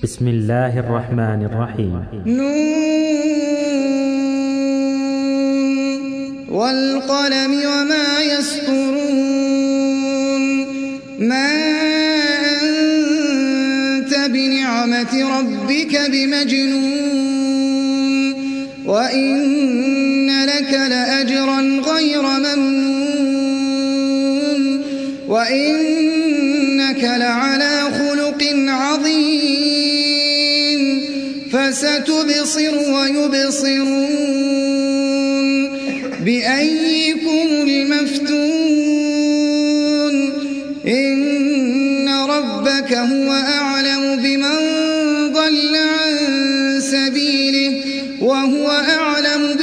بسم الله الرحمن الرحيم. والقلم وما يسطرون. ما أنت بنعمة ربك بمجنون وإن لك لأجرا غير ممنون وإنك لعلى خلق عظيم فستبصر ويبصرون بأيكم المفتون إن ربك هو أعلم بمن ضل عن سبيله وهو أعلم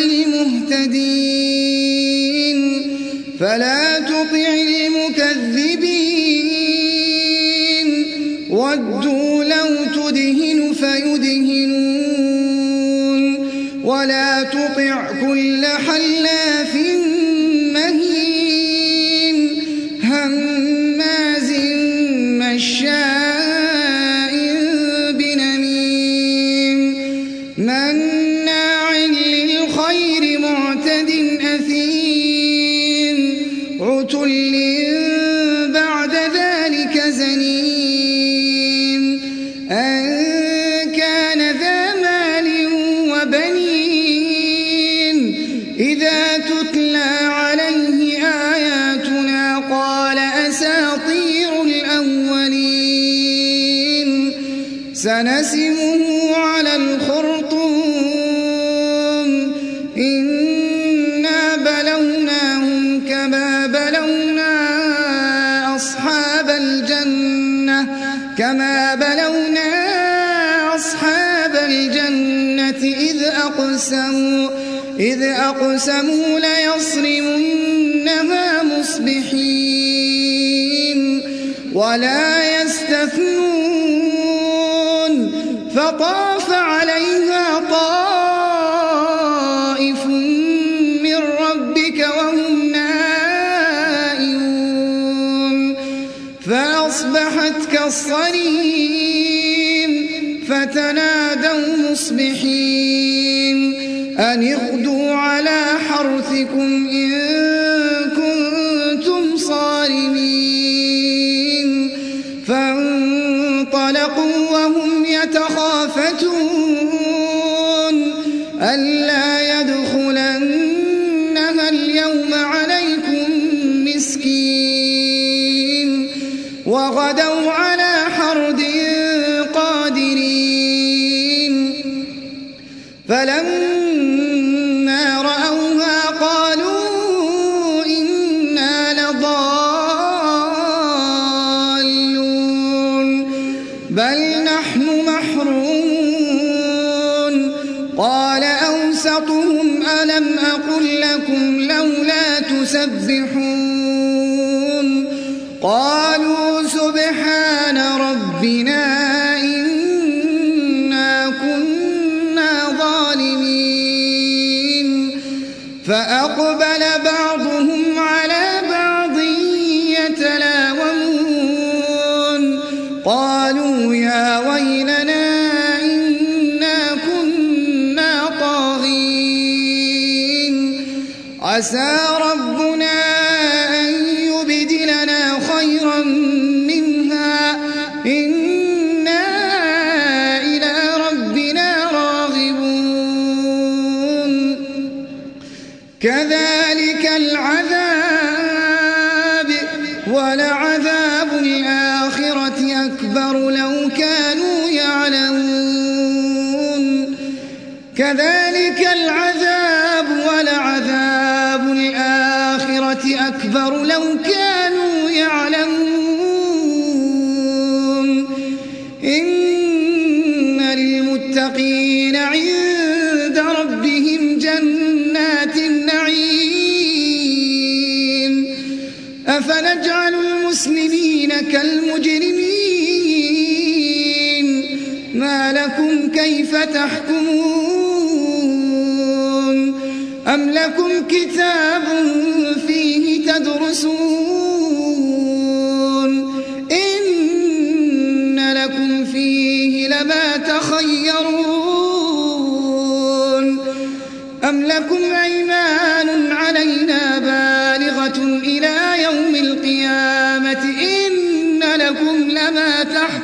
بالمهتدين فلا تطع المكذبين ودوا لو تدهن فيدهنون ولا تطع كل حلاف مهين هماز مشاء بنميم مناع للخير معتد أثيم عتل بعد ذلك زنيم أن كان ذا مال وبنين إذا تتلى عليه آياتنا قال أساطير الأولين سنسمه على الخرطوم إنا بلوناهم كما بلونا أصحاب الجنة إذ أقسموا ليصرمنها مصبحين ولا يستثنون فطاف عليها طائف من ربك وهم نائمون فأصبحت كالصريم فتنادوا مصبحين أن اغدوا على حرثكم إن كنتم صارمين فانطلقوا وهم يتخافتون ألا يدخلنها اليوم عليكم مسكين وغدوا على حرد قادرين فلما رأوها قالوا إنا لضالون بل نحن محرومون قال أوسطهم ألم أقل لكم لولا تسبحون قالوا سبحان ربنا فأقبل بعضهم على بعض يتلاومون قالوا يا ويلنا إنا كنا طاغين عسى ربنا أن يبدلنا خيرا منها إنا إلى ربنا راغبون كذلك العذاب ولعذاب الآخرة أكبر لو كانوا يعلمون كذلك العذاب ولعذاب الآخرة أكبر لو كانوا يعلمون إن للمتقين عند ربهم جنات النعيم أفنجعل المسلمين كالمجرمين ما لكم كيف تحكمون أم لكم كتاب فيه تدرسون إن لكم فيه لما لما تخيرون أم لكم أيمان علينا بالغة إلى يوم القيامة إن لكم لما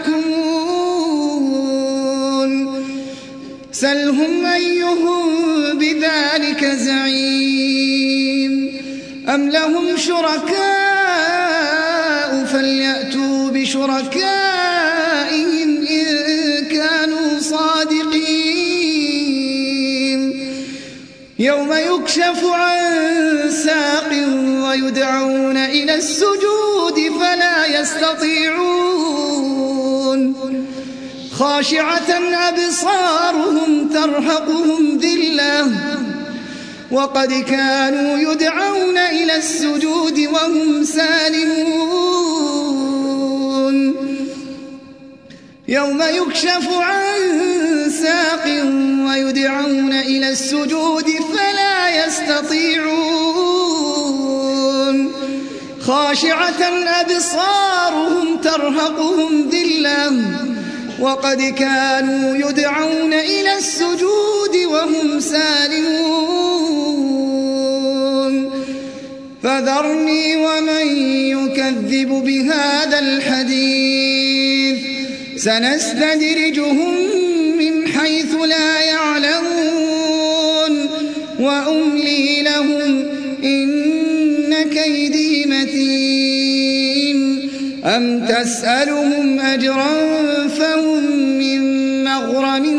تحكمون سلهم أيهم بذلك زعيم أم لهم شركاء فليأتوا بشركائهم إن كانوا صادقين يوم يكشف عن ساق ويدعون إلى السجود فلا يستطيعون خاشعة أبصارهم ترهقهم ذلة وقد كانوا يدعون إلى السجود وهم سالمون يوم يكشف عن ساق ويدعون إلى السجود فلا يستطيعون خاشعة أبصارهم ترهقهم ذلة وقد كانوا يدعون إلى السجود وهم سالمون فذرني ومن يكذب بهذا الحديث سنستدرجهم من حيث لا يعلمون وأملي لهم إن كيدي متين أم تسألهم أجرا فهم من مغرم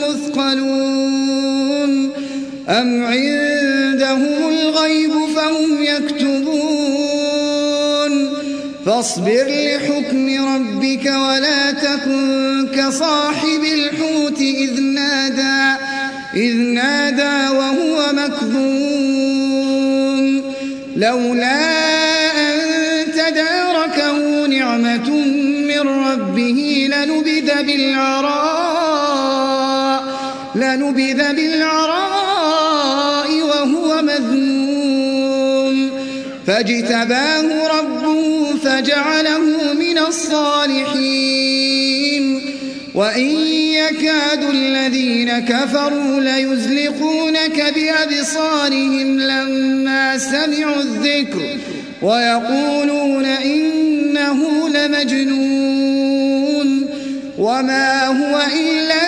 مثقلون أم عندهم الغيب فهم يكتبون فاصبر لحكم ربك ولا تكن كصاحب الحوت إذ نادى وهو مكظوم لولا أن تداركه نعمة من ربه لنبذ بالعراء وهو مذموم فاجتباه ربه فجعله من الصالحين وإن يكاد الذين كفروا ليزلقونك بأبصارهم لما سمعوا الذكر ويقولون إنه لمجنون وما هو إلا